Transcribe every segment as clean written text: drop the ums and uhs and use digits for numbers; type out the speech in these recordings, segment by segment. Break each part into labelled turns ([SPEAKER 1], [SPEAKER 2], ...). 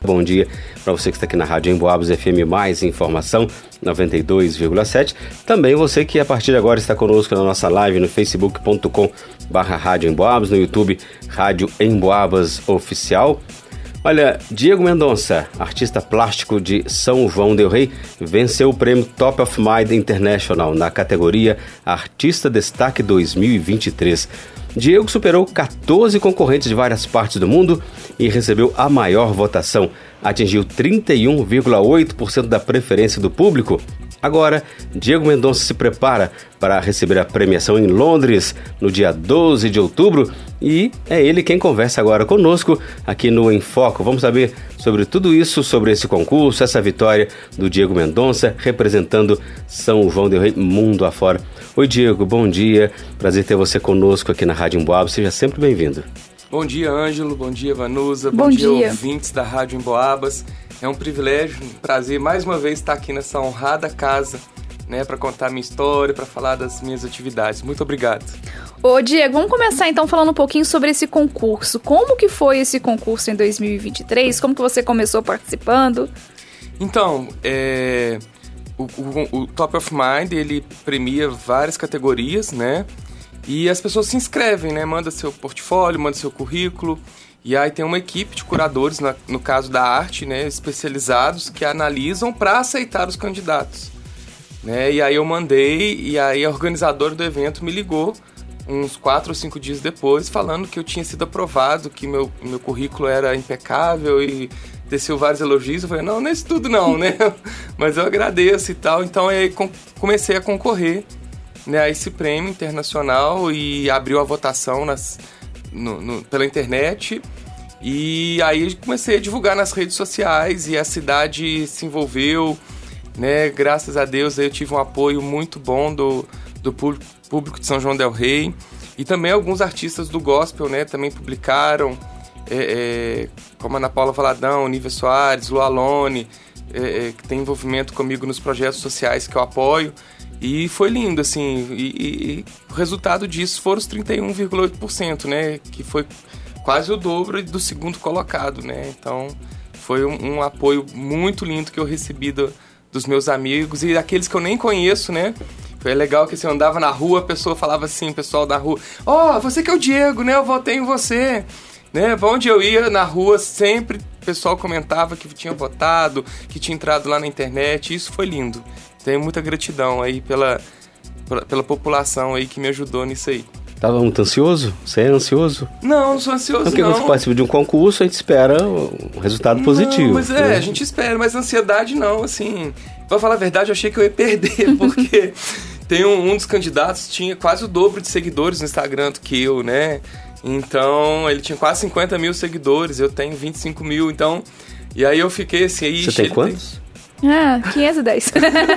[SPEAKER 1] Bom dia para você que está aqui na Rádio Emboabas FM Mais Informação 92,7. Também você que a partir de agora está conosco na nossa live no facebook.com/Rádio Emboabas, no YouTube Rádio Emboabas Oficial. Olha, Diego Mendonça, artista plástico de São João del Rei, venceu o prêmio Top of Mind International na categoria Artista Destaque 2023. Diego superou 14 concorrentes de várias partes do mundo e recebeu a maior votação. Atingiu 31,8% da preferência do público. Agora, Diego Mendonça se prepara para receber a premiação em Londres no dia 12 de outubro e é ele quem conversa agora conosco aqui no Em Foco. Vamos saber sobre tudo isso, sobre esse concurso, essa vitória do Diego Mendonça representando São João del Rei mundo afora. Oi Diego, bom dia, prazer ter você conosco aqui na Rádio Emboabas, seja sempre bem-vindo.
[SPEAKER 2] Bom dia, Ângelo, bom dia, Vanusa, bom dia, ouvintes da Rádio Emboabas. É um privilégio, um prazer mais uma vez estar aqui nessa honrada casa, né, para contar minha história, para falar das minhas atividades. Muito obrigado.
[SPEAKER 3] Ô Diego, vamos começar então falando um pouquinho sobre esse concurso. Como que foi esse concurso em 2023? Como que você começou participando?
[SPEAKER 2] Então, o Top of Mind, ele premia várias categorias, né? E as pessoas se inscrevem, né? Manda seu portfólio, manda seu currículo. E aí tem uma equipe de curadores, no caso da arte, né, especializados, que analisam para aceitar os candidatos. Né? E aí eu mandei, e aí a organizadora do evento me ligou uns 4 ou 5 dias depois, falando que eu tinha sido aprovado, que meu currículo era impecável e desceu vários elogios. Eu falei, não é isso tudo não, né? Mas eu agradeço e tal. Então aí comecei a concorrer, né, a esse prêmio internacional e abriu a votação pela internet. E aí comecei a divulgar nas redes sociais e a cidade se envolveu, né? Graças a Deus eu tive um apoio muito bom do público de São João del Rei. E também alguns artistas do gospel, né, também publicaram, como Ana Paula Valadão, Nívia Soares, Lu Alone, que tem envolvimento comigo nos projetos sociais que eu apoio. E foi lindo, assim, e o resultado disso foram os 31,8%, né, que foi quase o dobro do segundo colocado, né, então foi um apoio muito lindo que eu recebi dos meus amigos e daqueles que eu nem conheço, né. Foi legal que assim, eu andava na rua, a pessoa falava assim, o pessoal da rua, você que é o Diego, né, eu votei em você, né, onde eu ia na rua sempre o pessoal comentava que tinha votado, que tinha entrado lá na internet, e isso foi lindo. Tenho muita gratidão aí pela população aí que me ajudou nisso aí.
[SPEAKER 1] Tava muito ansioso? Você é ansioso?
[SPEAKER 2] Não sou ansioso,
[SPEAKER 1] porque
[SPEAKER 2] não.
[SPEAKER 1] Porque quando você participa de um concurso, a gente espera um resultado positivo.
[SPEAKER 2] Mas
[SPEAKER 1] né?
[SPEAKER 2] A gente espera, mas ansiedade não, assim... Pra falar a verdade, eu achei que eu ia perder, porque tem um dos candidatos tinha quase o dobro de seguidores no Instagram do que eu, né? Então, ele tinha quase 50 mil seguidores, eu tenho 25 mil, então... E aí eu fiquei assim...
[SPEAKER 1] Você tem quantos?
[SPEAKER 3] 510.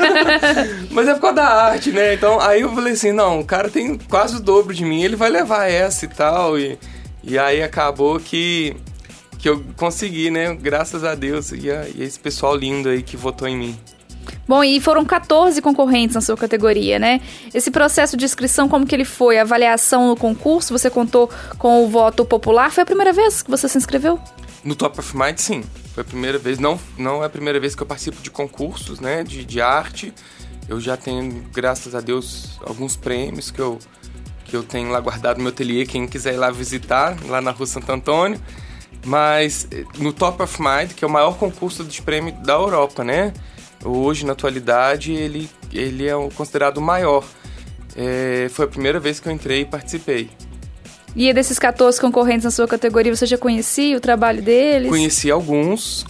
[SPEAKER 2] Mas é por causa da arte, né? Então, aí eu falei assim, não, o cara tem quase o dobro de mim, ele vai levar essa e tal. E aí acabou que eu consegui, né? Graças a Deus e esse pessoal lindo aí que votou em mim.
[SPEAKER 3] Bom, e foram 14 concorrentes na sua categoria, né? Esse processo de inscrição, como que ele foi? A avaliação no concurso, você contou com o voto popular? Foi a primeira vez que você se inscreveu? No
[SPEAKER 2] Top of Mind, sim. Foi a primeira vez. Não é a primeira vez que eu participo de concursos, né? De arte. Eu já tenho, graças a Deus, alguns prêmios que eu tenho lá guardado no meu ateliê. Quem quiser ir lá visitar, lá na Rua Santo Antônio. Mas no Top of Mind, que é o maior concurso de prêmio da Europa, né? Hoje, na atualidade, ele é considerado o maior. Foi a primeira vez que eu entrei e participei.
[SPEAKER 3] E desses 14 concorrentes na sua categoria, você já conhecia o trabalho deles?
[SPEAKER 2] Conheci alguns.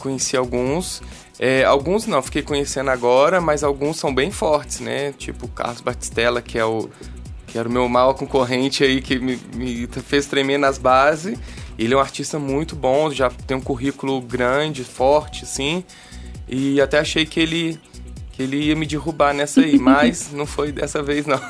[SPEAKER 2] Alguns não, fiquei conhecendo agora, mas alguns são bem fortes, né? Tipo o Carlos Batistella, que era o meu maior concorrente aí, que me fez tremer nas bases. Ele é um artista muito bom, já tem um currículo grande, forte, assim. E até achei que ele ia me derrubar nessa aí, mas não foi dessa vez, não.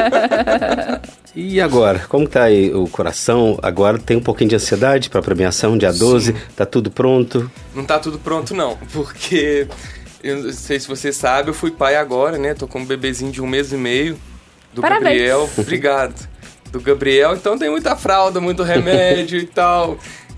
[SPEAKER 1] E agora? Como tá aí o coração? Agora tem um pouquinho de ansiedade para a premiação, dia 12? Sim. Tá tudo pronto?
[SPEAKER 2] Não tá tudo pronto, não. Porque, eu não sei se você sabe, eu fui pai agora, né? Tô com um bebezinho de 1 mês e meio, do
[SPEAKER 3] Parabéns.
[SPEAKER 2] Gabriel. Obrigado. Do Gabriel, então tem muita fralda, muito remédio e tal.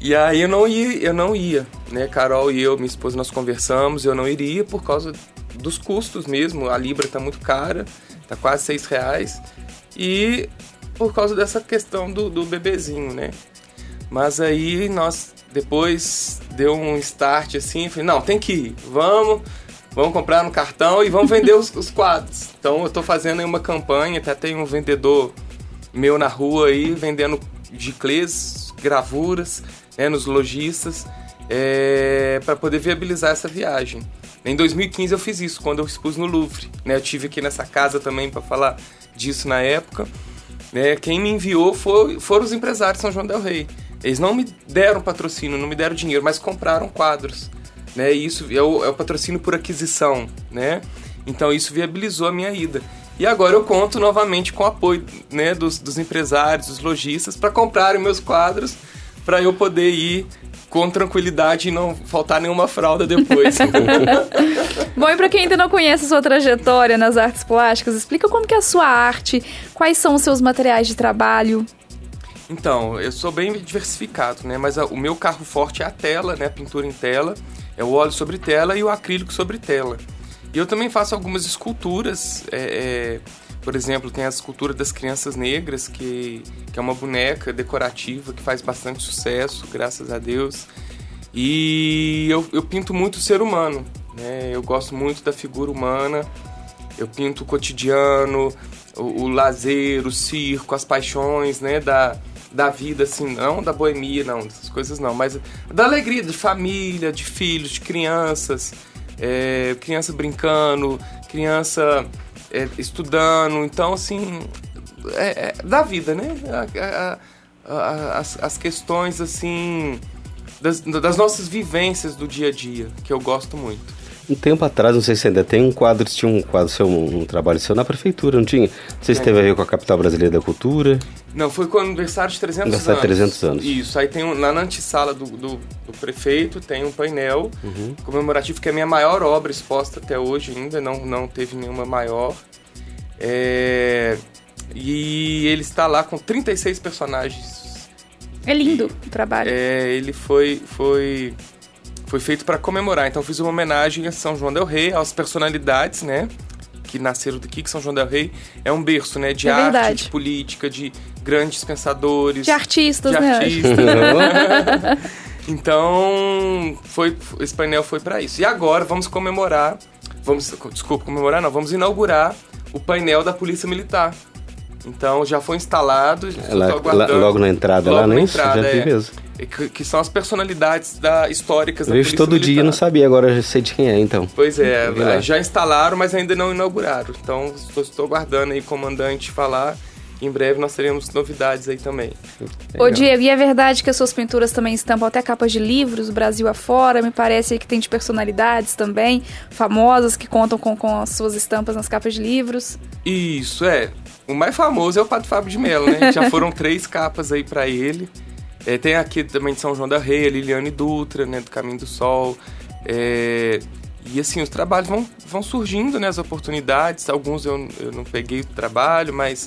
[SPEAKER 2] E aí eu não ia, né? Carol e eu, minha esposa, nós conversamos, eu não iria por causa dos custos mesmo. A Libra tá muito cara, tá quase R$6. E por causa dessa questão do bebezinho, né? Mas aí nós depois deu um start assim, falei, não, tem que ir, vamos comprar no cartão e vamos vender os quadros. Então eu tô fazendo aí uma campanha, até tem um vendedor meu na rua aí, vendendo giclês, gravuras, né, nos lojistas, para poder viabilizar essa viagem. Em 2015 eu fiz isso, quando eu expus no Louvre, né? Eu tive aqui nessa casa também para falar disso na época. Né? Quem me enviou foram os empresários de São João del Rei. Eles não me deram patrocínio, não me deram dinheiro, mas compraram quadros. Né? E isso é o patrocínio por aquisição. Né? Então isso viabilizou a minha ida. E agora eu conto novamente com o apoio, né, dos empresários, dos lojistas, para comprarem meus quadros, para eu poder ir com tranquilidade e não faltar nenhuma fralda depois.
[SPEAKER 3] Bom, e para quem ainda não conhece a sua trajetória nas artes plásticas, explica como que é a sua arte, quais são os seus materiais de trabalho.
[SPEAKER 2] Então, eu sou bem diversificado, né? Mas o meu carro forte é a tela, né? A pintura em tela, é o óleo sobre tela e o acrílico sobre tela. E eu também faço algumas esculturas, por exemplo, tem a escultura das crianças negras, que é uma boneca decorativa que faz bastante sucesso, graças a Deus. E eu pinto muito o ser humano, né? Eu gosto muito da figura humana, eu pinto o cotidiano, o lazer, o circo, as paixões, né, da vida, assim, não da boemia, não, dessas coisas não, mas da alegria de família, de filhos, de crianças, criança brincando, criança estudando, então, assim, da vida, né, as questões, assim, das nossas vivências do dia a dia, que eu gosto muito.
[SPEAKER 1] Um tempo atrás, não sei se ainda tem, tinha um quadro seu, um trabalho seu na prefeitura, não tinha? Não sei se teve a ver com a Capital Brasileira da Cultura.
[SPEAKER 2] Não, foi com o aniversário de 300
[SPEAKER 1] aniversário
[SPEAKER 2] anos.
[SPEAKER 1] 300 anos.
[SPEAKER 2] Isso, aí tem lá na antessala do prefeito, tem um painel comemorativo, que é a minha maior obra exposta até hoje ainda, não teve nenhuma maior. E ele está lá com 36 personagens.
[SPEAKER 3] É lindo o trabalho.
[SPEAKER 2] Ele foi feito para comemorar. Então eu fiz uma homenagem a São João del Rei, às personalidades, né, que nasceram daqui, que São João del Rei é um berço, né, de arte,
[SPEAKER 3] verdade.
[SPEAKER 2] de política, de grandes pensadores.
[SPEAKER 3] De artistas,
[SPEAKER 2] né?
[SPEAKER 1] né?
[SPEAKER 2] Então, esse painel foi para isso. E agora vamos vamos inaugurar o painel da Polícia Militar. Então já foi instalado, estou aguardando.
[SPEAKER 1] Logo na entrada,
[SPEAKER 2] logo
[SPEAKER 1] lá,
[SPEAKER 2] na
[SPEAKER 1] nem
[SPEAKER 2] entrada,
[SPEAKER 1] já vi mesmo.
[SPEAKER 2] Que são as personalidades históricas da
[SPEAKER 1] Eu
[SPEAKER 2] Polícia
[SPEAKER 1] vejo todo
[SPEAKER 2] Militar.
[SPEAKER 1] dia, não sabia, agora já sei de quem é, então.
[SPEAKER 2] Pois já instalaram, mas ainda não inauguraram. Então estou aguardando aí o comandante falar. Em breve nós teremos novidades aí também.
[SPEAKER 3] Ô Diego, e é verdade que as suas pinturas também estampam até capas de livros, Brasil afora? Me parece que tem de personalidades também, famosas, que contam com as suas estampas nas capas de livros.
[SPEAKER 2] Isso, o mais famoso é o Padre Fábio de Mello, né? Já foram 3 capas aí pra ele. Tem aqui também de São João del Rei, a Liliane Dutra, né? Do Caminho do Sol. E assim, os trabalhos vão surgindo, né? As oportunidades. Alguns eu não peguei o trabalho, mas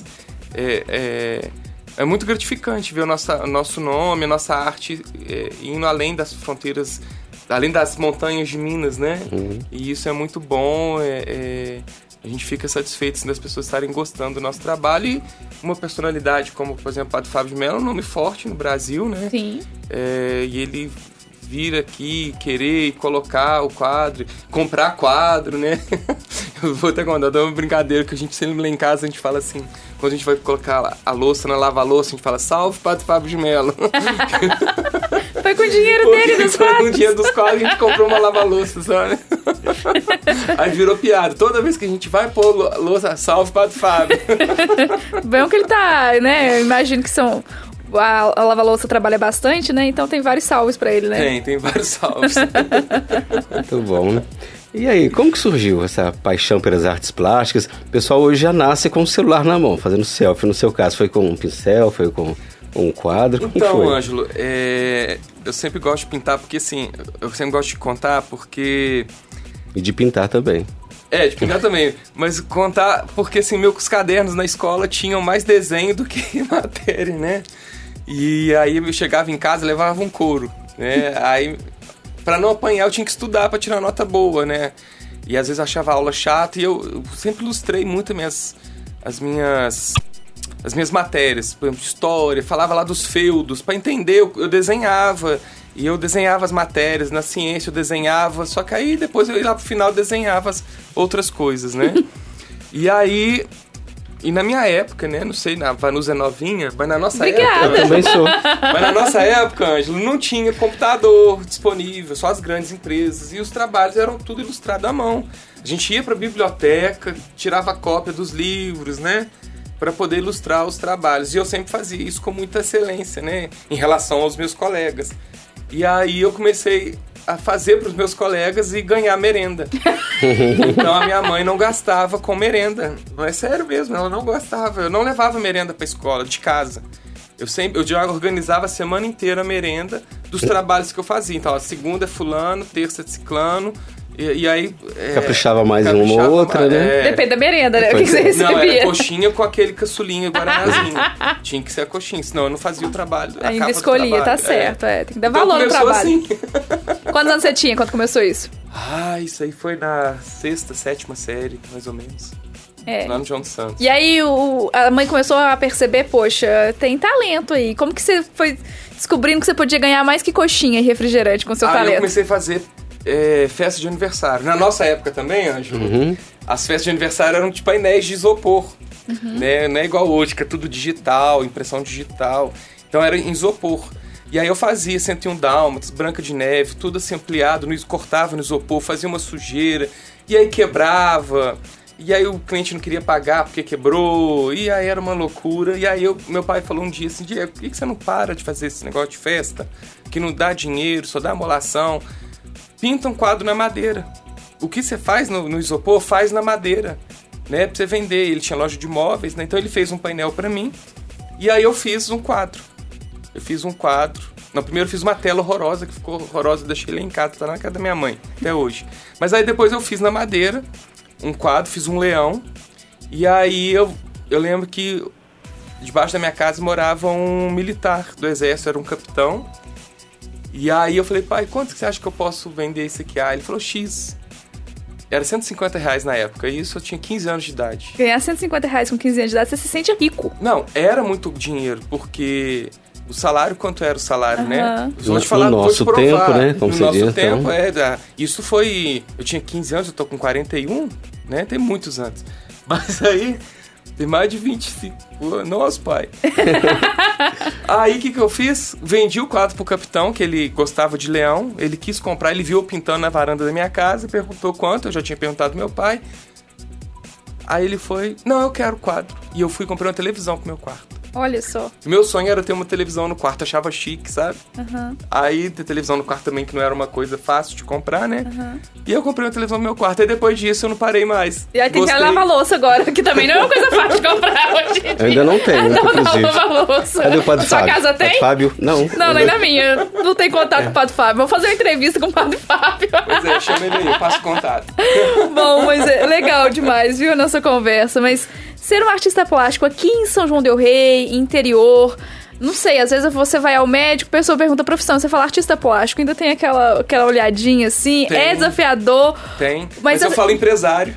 [SPEAKER 2] é muito gratificante ver o nosso nome, a nossa arte indo além das fronteiras, além das montanhas de Minas, né? E isso é muito bom. A gente fica satisfeito das pessoas estarem gostando do nosso trabalho. E uma personalidade como, por exemplo, o Padre Fábio de Mello é um nome forte no Brasil, né?
[SPEAKER 3] Sim.
[SPEAKER 2] E ele vir aqui, querer colocar o quadro, comprar quadro, né? Eu vou até contar, dá uma brincadeira que a gente sempre lá em casa, a gente fala assim, quando a gente vai colocar a louça na lava-louça, a gente fala, salve Padre Fábio de Mello.
[SPEAKER 3] Foi com o dinheiro dele dos quadros.
[SPEAKER 2] Com o dinheiro dos quadros a gente comprou uma lava-louça, sabe? Aí virou piada. Toda vez que a gente vai pôr louça, salve Padre Fábio.
[SPEAKER 3] Bom que ele tá, né? Eu imagino que a lava-louça trabalha bastante, né? Então tem vários salves pra ele, né?
[SPEAKER 2] Tem vários salves.
[SPEAKER 1] Muito bom, né? E aí, como que surgiu essa paixão pelas artes plásticas? O pessoal hoje já nasce com o celular na mão, fazendo selfie. No seu caso, foi com um pincel, foi com um quadro? Como
[SPEAKER 2] então,
[SPEAKER 1] foi?
[SPEAKER 2] Ângelo, eu sempre gosto de pintar porque, assim, eu sempre gosto de contar porque...
[SPEAKER 1] E de pintar também.
[SPEAKER 2] De pintar também. Mas contar porque, assim, meus cadernos na escola tinham mais desenho do que matéria, né? E aí eu chegava em casa e levava um couro, né? Aí, pra não apanhar, eu tinha que estudar pra tirar nota boa, né? E às vezes eu achava a aula chata e eu sempre ilustrei muito as minhas matérias, por exemplo, história, falava lá dos feudos, pra entender, eu desenhava. E eu desenhava as matérias, na ciência eu desenhava, só que aí depois eu ia lá pro final e desenhava as outras coisas, né? E aí... E na minha época, né? Não sei, a Vanusa é novinha, mas na nossa época...
[SPEAKER 1] Eu também sou.
[SPEAKER 2] Mas na nossa época, Ângelo, não tinha computador disponível, só as grandes empresas. E os trabalhos eram tudo ilustrado à mão. A gente ia pra biblioteca, tirava cópia dos livros, né? Para poder ilustrar os trabalhos. E eu sempre fazia isso com muita excelência, né? Em relação aos meus colegas. E aí eu comecei a fazer para os meus colegas e ganhar merenda. Então a minha mãe não gastava com merenda. Não é sério mesmo, ela não gostava. Eu não levava merenda para a escola, de casa. Eu já organizava a semana inteira a merenda dos trabalhos que eu fazia. Então, a segunda é fulano, terça é ciclano. E aí...
[SPEAKER 1] Caprichava mais uma ou outra, né?
[SPEAKER 3] Depende da merenda, né? O que você recebia.
[SPEAKER 2] Não, era coxinha com aquele caçulinha guaranazinho. Tinha que ser a coxinha, senão eu não fazia o trabalho.
[SPEAKER 3] Ainda escolhia, tá certo. Tem que dar valor no trabalho. Assim. Quantos anos você tinha quando começou isso?
[SPEAKER 2] Isso aí foi na 6ª, 7ª série, mais ou menos. Lá no João dos Santos.
[SPEAKER 3] E aí a mãe começou a perceber, poxa, tem talento aí. Como que você foi descobrindo que você podia ganhar mais que coxinha e refrigerante com seu talento?
[SPEAKER 2] Eu comecei a fazer... festa de aniversário. Na nossa época também, Ângelo, as festas de aniversário eram de painéis de isopor. Né? Não é igual hoje, que é tudo digital, impressão digital. Então era em isopor. E aí eu fazia 101 Dálmatas, Branca de Neve, tudo assim ampliado, cortava no isopor, fazia uma sujeira, e aí quebrava. E aí o cliente não queria pagar porque quebrou, e aí era uma loucura. E aí meu pai falou um dia assim, Diego, por que você não para de fazer esse negócio de festa? Que não dá dinheiro, só dá amolação. Pinta um quadro na madeira. O que você faz no isopor, faz na madeira, né? Pra você vender. Ele tinha loja de móveis, né? Então ele fez um painel pra mim. E aí eu fiz um quadro. Não, primeiro eu fiz uma tela horrorosa, que ficou horrorosa. Deixei ele em casa, tá na casa da minha mãe, até hoje. Mas aí depois eu fiz na madeira um quadro, fiz um leão. E aí eu lembro que debaixo da minha casa morava um militar do exército, era um capitão. E aí eu falei, pai, quanto que você acha que eu posso vender isso aqui? Ele falou, X. Era R$150 na época, e isso eu tinha 15 anos de idade.
[SPEAKER 3] Ganhar R$150 com 15 anos de idade, você se sente rico.
[SPEAKER 2] Não, era muito dinheiro, porque o salário, quanto era o salário, né?
[SPEAKER 1] No nosso tempo, né? Como
[SPEAKER 2] no nosso tempo, isso foi... Eu tinha 15 anos, eu tô com 41, né? Tem muitos anos. Mas aí... Tem mais de 25. Nossa, pai. Aí, o que eu fiz? Vendi o quadro pro capitão, que ele gostava de leão. Ele quis comprar, ele viu eu pintando na varanda da minha casa, perguntou quanto, eu já tinha perguntado ao meu pai. Aí ele foi, não, eu quero o quadro. E eu fui e comprei uma televisão pro meu quarto.
[SPEAKER 3] Olha só.
[SPEAKER 2] Meu sonho era ter uma televisão no quarto, achava chique, sabe? Aí, ter televisão no quarto também, que não era uma coisa fácil de comprar, né? E eu comprei uma televisão no meu quarto, e depois disso eu não parei mais.
[SPEAKER 3] E aí tem que lavar louça agora, que também não é uma coisa fácil de comprar hoje em dia.
[SPEAKER 1] Eu ainda não tenho, inclusive.
[SPEAKER 3] Lavar louça.
[SPEAKER 1] Cadê o Padre Fábio?
[SPEAKER 3] Sua casa tem?
[SPEAKER 1] Padre Fábio? Não.
[SPEAKER 3] Não, nem na minha. Não tem contato com o Padre Fábio. Vou fazer uma entrevista com o Padre Fábio.
[SPEAKER 2] Pois chama ele aí, eu passo contato.
[SPEAKER 3] Bom, mas é legal demais, viu, a nossa conversa. Mas ser um artista plástico aqui em São João del Rei, interior... Não sei, às vezes você vai ao médico, a pessoa pergunta a profissão, você fala artista plástico, ainda tem aquela olhadinha assim,
[SPEAKER 2] tem,
[SPEAKER 3] é desafiador.
[SPEAKER 2] Tem, mas eu falo empresário.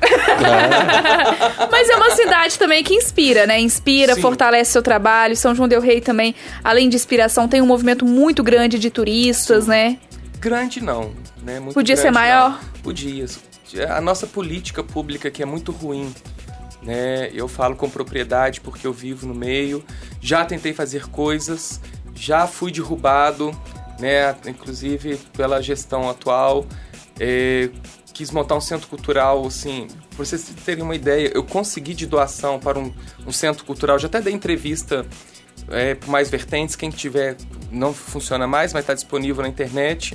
[SPEAKER 3] Mas é uma cidade também que inspira, né? Inspira, sim, fortalece seu trabalho. São João del Rei também, além de inspiração, tem um movimento muito grande de turistas, sim, né?
[SPEAKER 2] Grande não, né? Muito
[SPEAKER 3] podia
[SPEAKER 2] grande,
[SPEAKER 3] ser maior?
[SPEAKER 2] Não. Podia. A nossa política pública aqui é muito ruim. Né? Eu falo com propriedade porque eu vivo no meio, já tentei fazer coisas, já fui derrubado, né? Inclusive pela gestão atual, quis montar um centro cultural, assim, para vocês terem uma ideia, eu consegui de doação para um centro cultural, já até dei entrevista por mais vertentes, quem tiver, não funciona mais, mas está disponível na internet,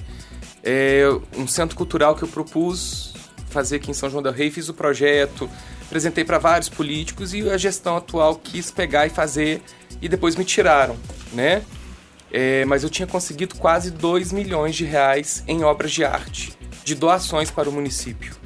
[SPEAKER 2] um centro cultural que eu propus fazer aqui em São João del Rei, fiz o projeto, apresentei para vários políticos e a gestão atual quis pegar e fazer e depois me tiraram, né? Mas eu tinha conseguido quase R$2 milhões em obras de arte, de doações para o município,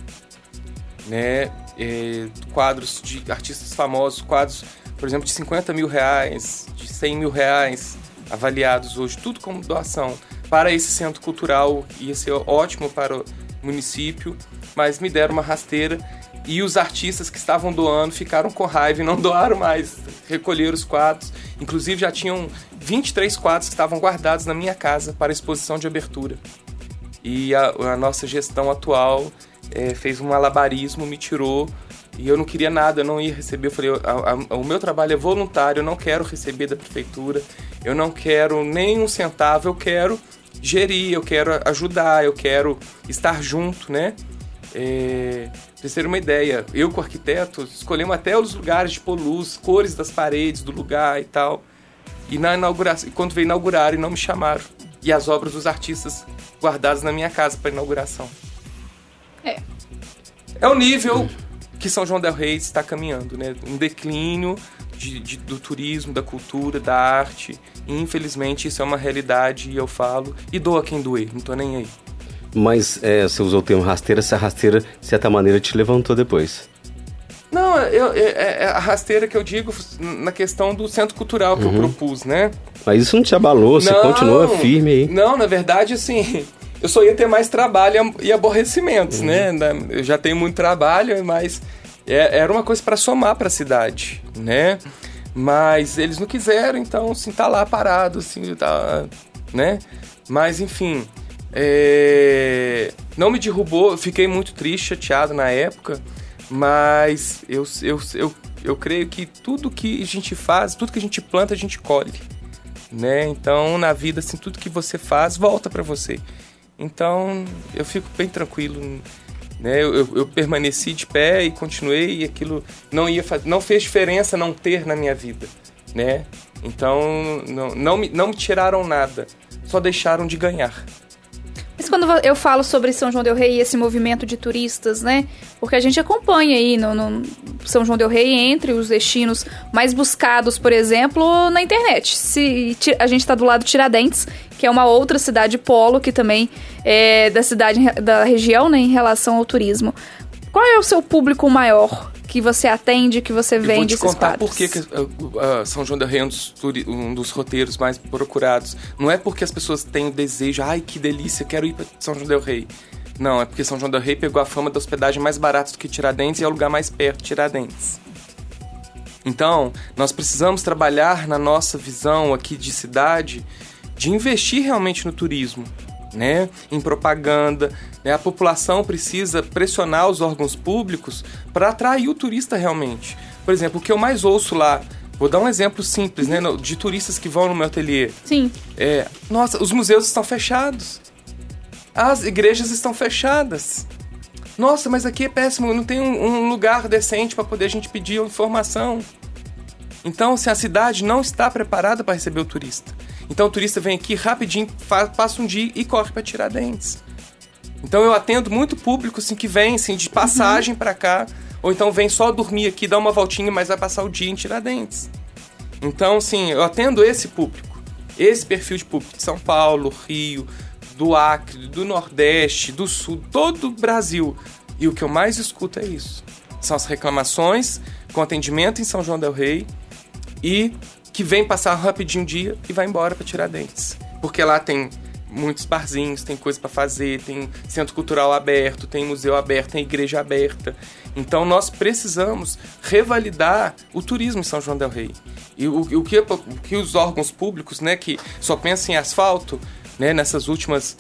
[SPEAKER 2] né? Quadros de artistas famosos, quadros, por exemplo, de R$50 mil, de R$100 mil, avaliados hoje, tudo como doação, para esse centro cultural. Ia ser ótimo para o município, mas me deram uma rasteira e os artistas que estavam doando ficaram com raiva e não doaram mais, recolheram os quadros. Inclusive já tinham 23 quadros que estavam guardados na minha casa para exposição de abertura. E a nossa gestão atual fez um malabarismo, me tirou, e eu não queria nada, eu não ia receber. Eu falei, o meu trabalho é voluntário, eu não quero receber da prefeitura, eu não quero nem um centavo, eu quero gerir, eu quero ajudar, eu quero estar junto, né? Pra vocês terem uma ideia, eu com o arquiteto escolhemos até os lugares de pôr luz, cores das paredes do lugar e tal. E na inauguração, quando veio inaugurar, e não me chamaram. E as obras dos artistas guardadas na minha casa para inauguração. É o nível que São João del Rei está caminhando, né? Um declínio do turismo, da cultura, da arte. E, infelizmente, isso é uma realidade, e eu falo, e doa quem doer, não tô nem aí.
[SPEAKER 1] Mas você usou o termo rasteira, essa rasteira, de certa maneira, te levantou depois.
[SPEAKER 2] Não, a rasteira que eu digo na questão do centro cultural que eu propus, né?
[SPEAKER 1] Mas isso não te abalou, você continua firme aí.
[SPEAKER 2] Não, na verdade, assim, eu só ia ter mais trabalho e aborrecimentos, né? Eu já tenho muito trabalho, mas era uma coisa para somar para a cidade, né? Mas eles não quiseram, então, assim, tá lá parado, assim, tá, né? Mas, enfim, não me derrubou, eu fiquei muito triste, chateado na época, mas eu creio que tudo que a gente faz, tudo que a gente planta, a gente colhe, né? Então, na vida, assim, tudo que você faz, volta para você. Então, eu fico bem tranquilo, né? Eu permaneci de pé e continuei, e aquilo não fez diferença não ter na minha vida, né? Então, não me tiraram nada, só deixaram de ganhar.
[SPEAKER 3] Mas quando eu falo sobre São João del Rei e esse movimento de turistas, né? Porque a gente acompanha aí no São João del Rei entre os destinos mais buscados, por exemplo, na internet. Se a gente está do lado de Tiradentes, que é uma outra cidade polo, que também é da região, né, em relação ao turismo. Qual é o seu público maior que você atende, que você vende esses quadros?
[SPEAKER 2] Por que São João del Rei é um dos roteiros mais procurados. Não é porque as pessoas têm o desejo, ai, que delícia, quero ir para São João del Rei. Não, é porque São João del Rei pegou a fama da hospedagem mais barata do que Tiradentes e é o lugar mais perto de Tiradentes. Então, nós precisamos trabalhar na nossa visão aqui de cidade, de investir realmente no turismo, né? Em propaganda, né? A população precisa pressionar os órgãos públicos para atrair o turista realmente. Por exemplo, o que eu mais ouço lá, vou dar um exemplo simples, né? De turistas que vão no meu ateliê.
[SPEAKER 3] Sim.
[SPEAKER 2] Nossa, os museus estão fechados. As igrejas estão fechadas. Nossa, mas aqui é péssimo, não tem um lugar decente para poder a gente pedir informação. Então, se a cidade não está preparada para receber o turista. Então o turista vem aqui rapidinho, passa um dia e corre para Tiradentes. Então eu atendo muito público assim, que vem assim, de passagem para cá, ou então vem só dormir aqui, dá uma voltinha, mas vai passar o dia em Tiradentes. Então, assim, eu atendo esse público, esse perfil de público de São Paulo, Rio, do Acre, do Nordeste, do Sul, todo o Brasil. E o que eu mais escuto é isso. São as reclamações com atendimento em São João del Rei e que vem passar rapidinho um dia e vai embora para Tiradentes. Porque lá tem muitos barzinhos, tem coisa para fazer, tem centro cultural aberto, tem museu aberto, tem igreja aberta. Então nós precisamos revalidar o turismo em São João del Rei. E o que os órgãos públicos, né, que só pensam em asfalto, né, nessas últimos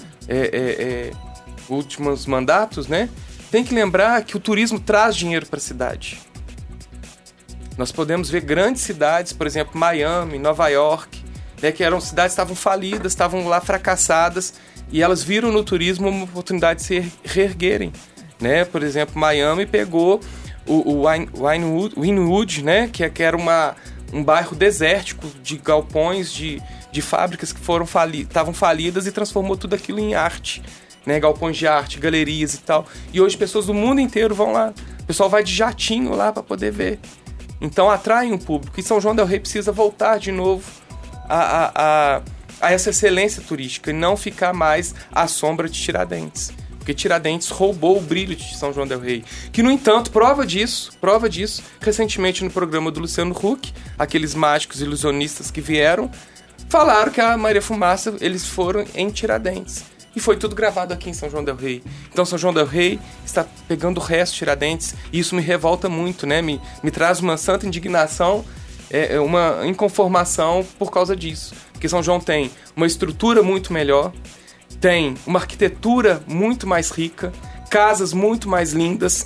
[SPEAKER 2] mandatos, né, tem que lembrar que o turismo traz dinheiro para a cidade. Nós podemos ver grandes cidades, por exemplo, Miami, Nova York, né, que eram cidades que estavam falidas, estavam lá fracassadas, e elas viram no turismo uma oportunidade de se reerguerem. Né? Por exemplo, Miami pegou o Wynwood, né, que era um bairro desértico de galpões, de fábricas que estavam falidas e transformou tudo aquilo em arte. Né? Galpões de arte, galerias e tal. E hoje pessoas do mundo inteiro vão lá. O pessoal vai de jatinho lá para poder ver. Então atrai um público. E São João del Rei precisa voltar de novo a essa excelência turística e não ficar mais à sombra de Tiradentes. Porque Tiradentes roubou o brilho de São João del Rei. Que, no entanto, prova disso, recentemente no programa do Luciano Huck, aqueles mágicos ilusionistas que vieram, falaram que a Maria Fumaça, eles foram em Tiradentes. E foi tudo gravado aqui em São João del Rei. Então São João del Rei está pegando o resto de Tiradentes, e isso me revolta muito, né? Me traz uma santa indignação, uma inconformação por causa disso. Porque São João tem uma estrutura muito melhor, tem uma arquitetura muito mais rica, casas muito mais lindas,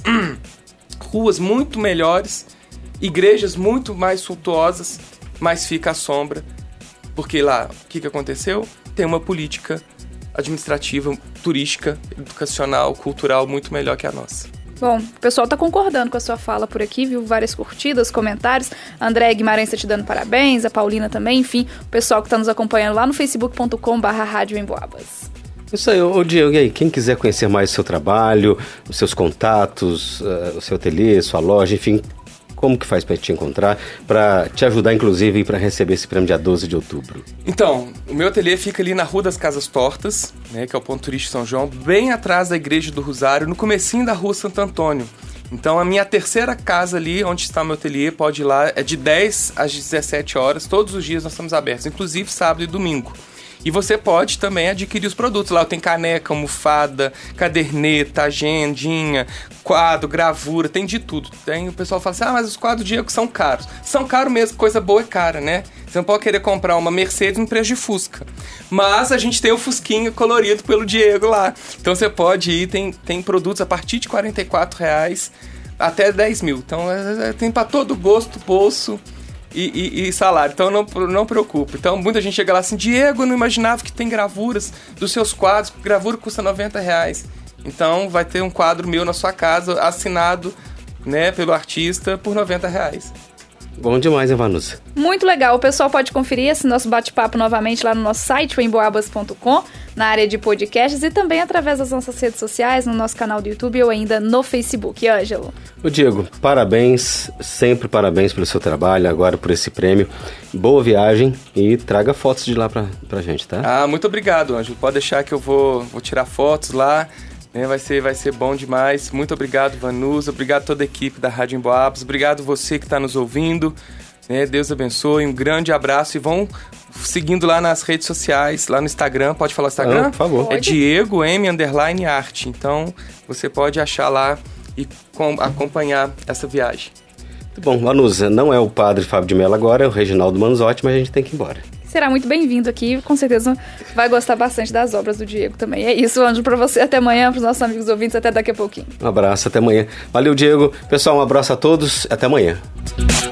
[SPEAKER 2] ruas muito melhores, igrejas muito mais suntuosas, mas fica à sombra. Porque lá, o que aconteceu? Tem uma política administrativa, turística, educacional, cultural muito melhor que a nossa.
[SPEAKER 3] Bom, o pessoal tá concordando com a sua fala por aqui, viu? Várias curtidas, comentários. A André Guimarães tá te dando parabéns, a Paulina também, enfim, o pessoal que tá nos acompanhando lá no facebook.com/Rádio Emboabas.
[SPEAKER 1] Isso aí, ô Diego, e aí, quem quiser conhecer mais o seu trabalho, os seus contatos, o seu ateliê, sua loja, enfim, como que faz para te encontrar, para te ajudar, inclusive, para receber esse prêmio dia 12 de outubro?
[SPEAKER 2] Então, o meu ateliê fica ali na Rua das Casas Tortas, né, que é o ponto turístico São João, bem atrás da Igreja do Rosário, no comecinho da Rua Santo Antônio. Então, a minha terceira casa ali, onde está o meu ateliê, pode ir lá, é de 10 às 17 horas, todos os dias nós estamos abertos, inclusive sábado e domingo. E você pode também adquirir os produtos. Lá eu tenho caneca, almofada, caderneta, agendinha, quadro, gravura, tem de tudo. O pessoal fala assim, mas os quadros Diego são caros. São caros mesmo, coisa boa é cara, né? Você não pode querer comprar uma Mercedes no preço de Fusca. Mas a gente tem o Fusquinha colorido pelo Diego lá. Então você pode ir, tem produtos a partir de R$44 até 10 mil. Então tem para todo gosto, bolso e salário, então não preocupe. Então muita gente chega lá assim, Diego, eu não imaginava que tem gravuras dos seus quadros, gravura custa R$90. Então vai ter um quadro meu na sua casa, assinado, né, pelo artista por R$90.
[SPEAKER 1] Bom demais, hein, Vanusa?
[SPEAKER 3] Muito legal. O pessoal pode conferir esse nosso bate-papo novamente lá no nosso site, emboabas.com, na área de podcasts, e também através das nossas redes sociais, no nosso canal do YouTube ou ainda no Facebook. Ângelo.
[SPEAKER 1] Ô Diego, parabéns, sempre parabéns pelo seu trabalho, agora por esse prêmio. Boa viagem e traga fotos de lá pra gente, tá?
[SPEAKER 2] Muito obrigado, Ângelo. Pode deixar que eu vou tirar fotos lá. Vai ser bom demais. Muito obrigado, Vanusa. Obrigado a toda a equipe da Rádio Emboabas. Obrigado você que está nos ouvindo. Deus abençoe. Um grande abraço. E vão seguindo lá nas redes sociais, lá no Instagram. Pode falar o Instagram?
[SPEAKER 1] Por favor.
[SPEAKER 2] É Diego M_Arte. Então, você pode achar lá e acompanhar essa viagem.
[SPEAKER 1] Muito bom. Vanusa, não é o padre Fábio de Mello agora, é o Reginaldo Manzotti, mas a gente tem que ir embora.
[SPEAKER 3] Será muito bem-vindo aqui, com certeza vai gostar bastante das obras do Diego também. É isso, Ângelo, pra você. Até amanhã, pros nossos amigos ouvintes, até daqui a pouquinho.
[SPEAKER 1] Um abraço, até amanhã. Valeu, Diego. Pessoal, um abraço a todos, até amanhã.